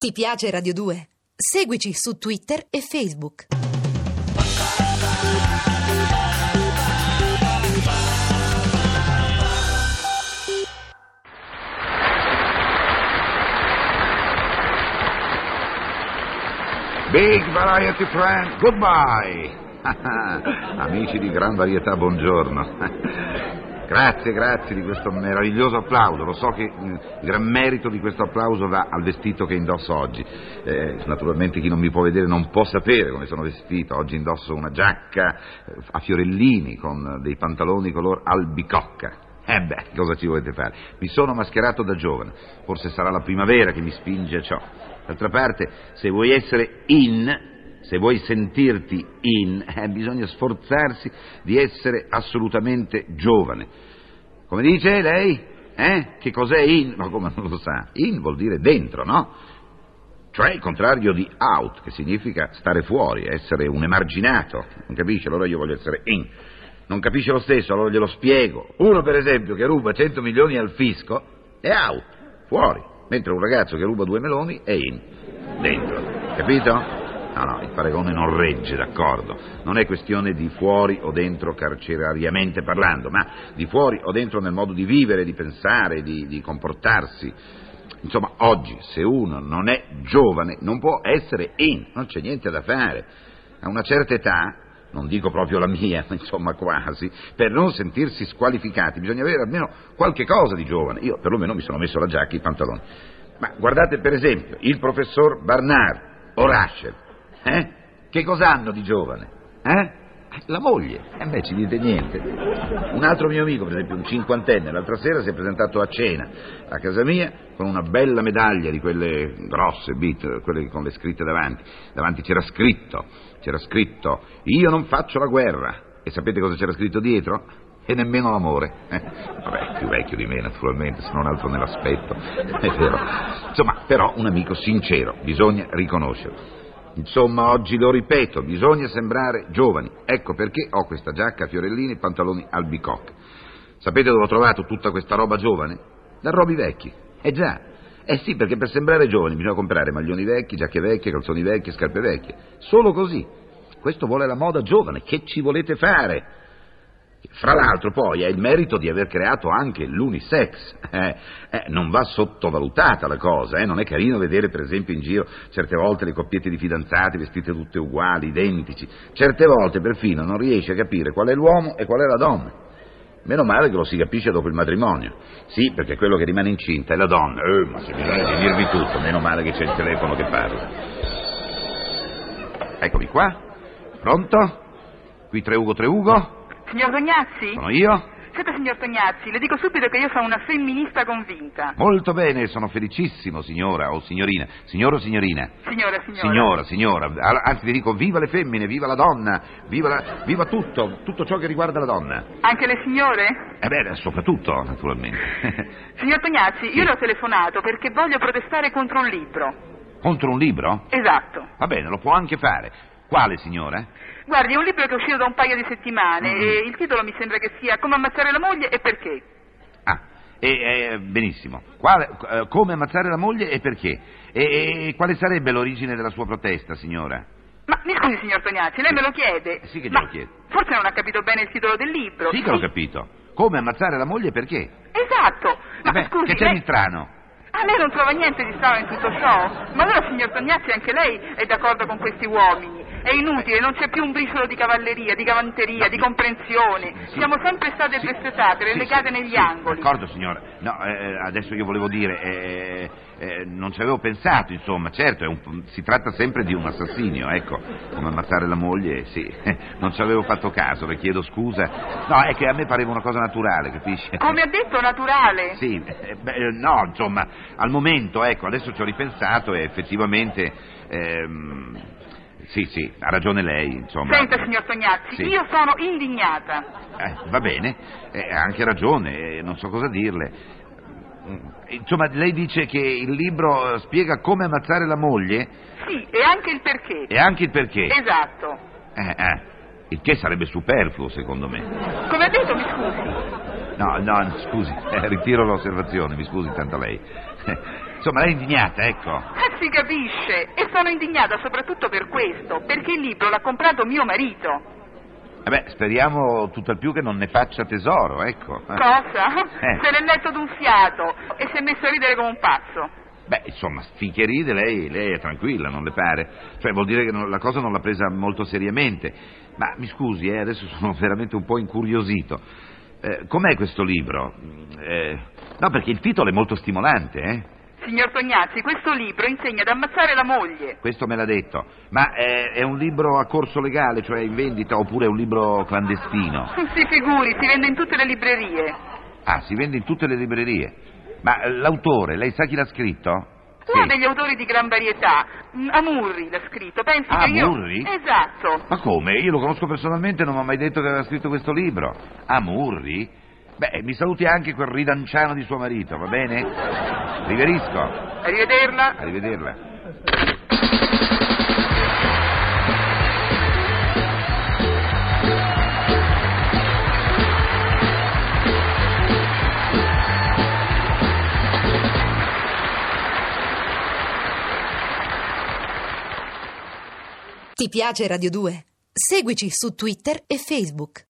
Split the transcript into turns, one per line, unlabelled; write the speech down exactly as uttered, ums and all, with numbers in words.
Ti piace Radio due? Seguici su Twitter e Facebook.
Big Variety Friend, goodbye! Amici di Gran Varietà, buongiorno. Grazie, grazie di questo meraviglioso applauso. Lo so che il gran merito di questo applauso va al vestito che indosso oggi. Eh, naturalmente chi non mi può vedere non può sapere come sono vestito. Oggi indosso una giacca a fiorellini con dei pantaloni color albicocca. Eh beh, cosa ci volete fare? Mi sono mascherato da giovane. Forse sarà la primavera che mi spinge a ciò. D'altra parte, se vuoi essere in, se vuoi sentirti in, eh, bisogna sforzarsi di essere assolutamente giovane. Come dice lei? Eh? Che cos'è in? Ma come non lo sa? In vuol dire dentro, no? Cioè il contrario di out, che significa stare fuori, essere un emarginato. Non capisce? Allora io voglio essere in. Non capisce lo stesso, allora glielo spiego. Uno, per esempio, che ruba cento milioni al fisco è out, fuori. Mentre un ragazzo che ruba due meloni è in, dentro. Capito? No, no, il paragone non regge, d'accordo. Non è questione di fuori o dentro carcerariamente parlando, ma di fuori o dentro nel modo di vivere, di pensare, di, di comportarsi. Insomma, oggi, se uno non è giovane, non può essere in, non c'è niente da fare. A una certa età, non dico proprio la mia, ma insomma quasi, per non sentirsi squalificati bisogna avere almeno qualche cosa di giovane. Io perlomeno mi sono messo la giacca e i pantaloni. Ma guardate per esempio il professor Barnard o Rachel. Eh? Che cosa hanno di giovane? Eh? La moglie. E eh beh, ci dite niente. Un altro mio amico, per esempio, un cinquantenne, l'altra sera si è presentato a cena a casa mia con una bella medaglia di quelle grosse, bit, quelle con le scritte davanti. Davanti c'era scritto, c'era scritto, io non faccio la guerra. E sapete cosa c'era scritto dietro? E nemmeno l'amore. Eh? Vabbè, più vecchio di me, naturalmente, se non altro nell'aspetto. È vero. Insomma, però un amico sincero, bisogna riconoscerlo. Insomma, oggi lo ripeto, bisogna sembrare giovani. Ecco perché ho questa giacca a fiorellini e pantaloni albicocca. Sapete dove ho trovato tutta questa roba giovane? Da Roby Vecchi. Eh già. Eh sì, perché per sembrare giovani bisogna comprare maglioni vecchi, giacche vecchie, calzoni vecchi, scarpe vecchie. Solo così. Questo vuole la moda giovane. Che ci volete fare? Fra l'altro poi ha il merito di aver creato anche l'unisex, eh, eh, non va sottovalutata la cosa, eh, non è carino vedere per esempio in giro certe volte le coppiette di fidanzati vestite tutte uguali, identici, certe volte perfino non riesce a capire qual è l'uomo e qual è la donna. Meno male che lo si capisce dopo il matrimonio, sì, perché quello che rimane incinta è la donna, eh, ma se bisogna dirvi tutto, meno male che c'è il telefono che parla. Eccomi qua, pronto? Qui tre Ugo tre Ugo?
Signor Tognazzi?
Sono io?
Senta, signor Tognazzi, le dico subito che io sono una femminista convinta.
Molto bene, sono felicissimo, signora o signorina. Signora o signorina?
Signora, signora.
Signora, signora. Anzi, vi dico viva le femmine, viva la donna, viva, la, viva tutto, tutto ciò che riguarda la donna.
Anche le signore?
Eh beh, soprattutto, naturalmente.
Signor Tognazzi,
sì.
Io le ho telefonato perché voglio protestare contro un libro.
Contro un libro?
Esatto.
Va bene, lo può anche fare. Quale, signora?
Guardi, è un libro che è uscito da un paio di settimane mm. e il titolo mi sembra che sia Come ammazzare la moglie e perché.
Ah, e, e, benissimo. Quale, eh, come ammazzare la moglie e perché? E, e quale sarebbe l'origine della sua protesta, signora?
Ma mi scusi, signor Tognazzi, lei me lo chiede?
Sì che
Ma
glielo chiedo.
Forse non ha capito bene il titolo del libro.
Sì che l'ho capito. Come ammazzare la moglie e perché?
Esatto. Ma
Beh,
scusi,
che c'è
lei...
di strano?
Ah, lei non trova niente di strano in tutto ciò? Ma allora, signor Tognazzi, anche lei è d'accordo con questi uomini? È inutile, non c'è più un briciolo di cavalleria, di galanteria, di comprensione.
Sì.
Siamo sempre state
sì.
tressetate, relegate
sì, sì,
negli
sì.
angoli.
D'accordo, signora. No, eh, adesso io volevo dire, eh, eh, non ci avevo pensato, insomma, certo, è un, si tratta sempre di un assassinio, ecco, come ammazzare la moglie, sì. Non ci avevo fatto caso, le chiedo scusa. No, è che a me pareva una cosa naturale, capisce?
Come ha detto, naturale?
Sì, eh, beh, no, insomma, al momento, ecco, adesso ci ho ripensato e effettivamente... Ehm, Sì, sì, ha ragione lei, insomma.
Senta, signor Tognazzi,
sì.
Io sono indignata.
Eh, va bene, eh, ha anche ragione, eh, non so cosa dirle. Insomma, lei dice che il libro spiega come ammazzare la moglie?
Sì, e anche il perché.
E anche il perché?
Esatto.
Eh, eh, il che sarebbe superfluo, secondo me.
Come ha detto, mi scusi?
No, no, scusi, eh, ritiro l'osservazione, mi scusi tanto lei. Insomma, lei è indignata, ecco.
Eh, si capisce, e sono indignata soprattutto per questo, perché il libro l'ha comprato mio marito.
Eh beh, speriamo tutto al più che non ne faccia tesoro, ecco.
Cosa?
Eh.
Se l'è letto d'un fiato e si è messo a ridere come un pazzo.
Beh, insomma, finché ride lei, lei è tranquilla, non le pare? Cioè, vuol dire che non- la cosa non l'ha presa molto seriamente. Ma mi scusi, eh, adesso sono veramente un po' incuriosito. Eh, com'è questo libro? Eh, no, perché il titolo è molto stimolante, eh?
Signor Tognazzi, questo libro insegna ad ammazzare la moglie.
Questo me l'ha detto. Ma è, è un libro a corso legale, cioè in vendita, oppure è un libro clandestino?
Si figuri, si vende in tutte le librerie.
Ah, si vende in tutte le librerie. Ma eh, l'autore, lei sa chi l'ha scritto?
Uno
Sì.
degli autori di gran varietà, mm, Amurri l'ha scritto, pensi
Ah,
che io...
Amurri?
Esatto.
Ma come? Io lo conosco personalmente, non mi ha mai detto che aveva scritto questo libro. Amurri? Beh, mi saluti anche quel ridanciano di suo marito, va bene? Riverisco.
Arrivederla.
Arrivederla.
Ti piace Radio due? Seguici su Twitter e Facebook.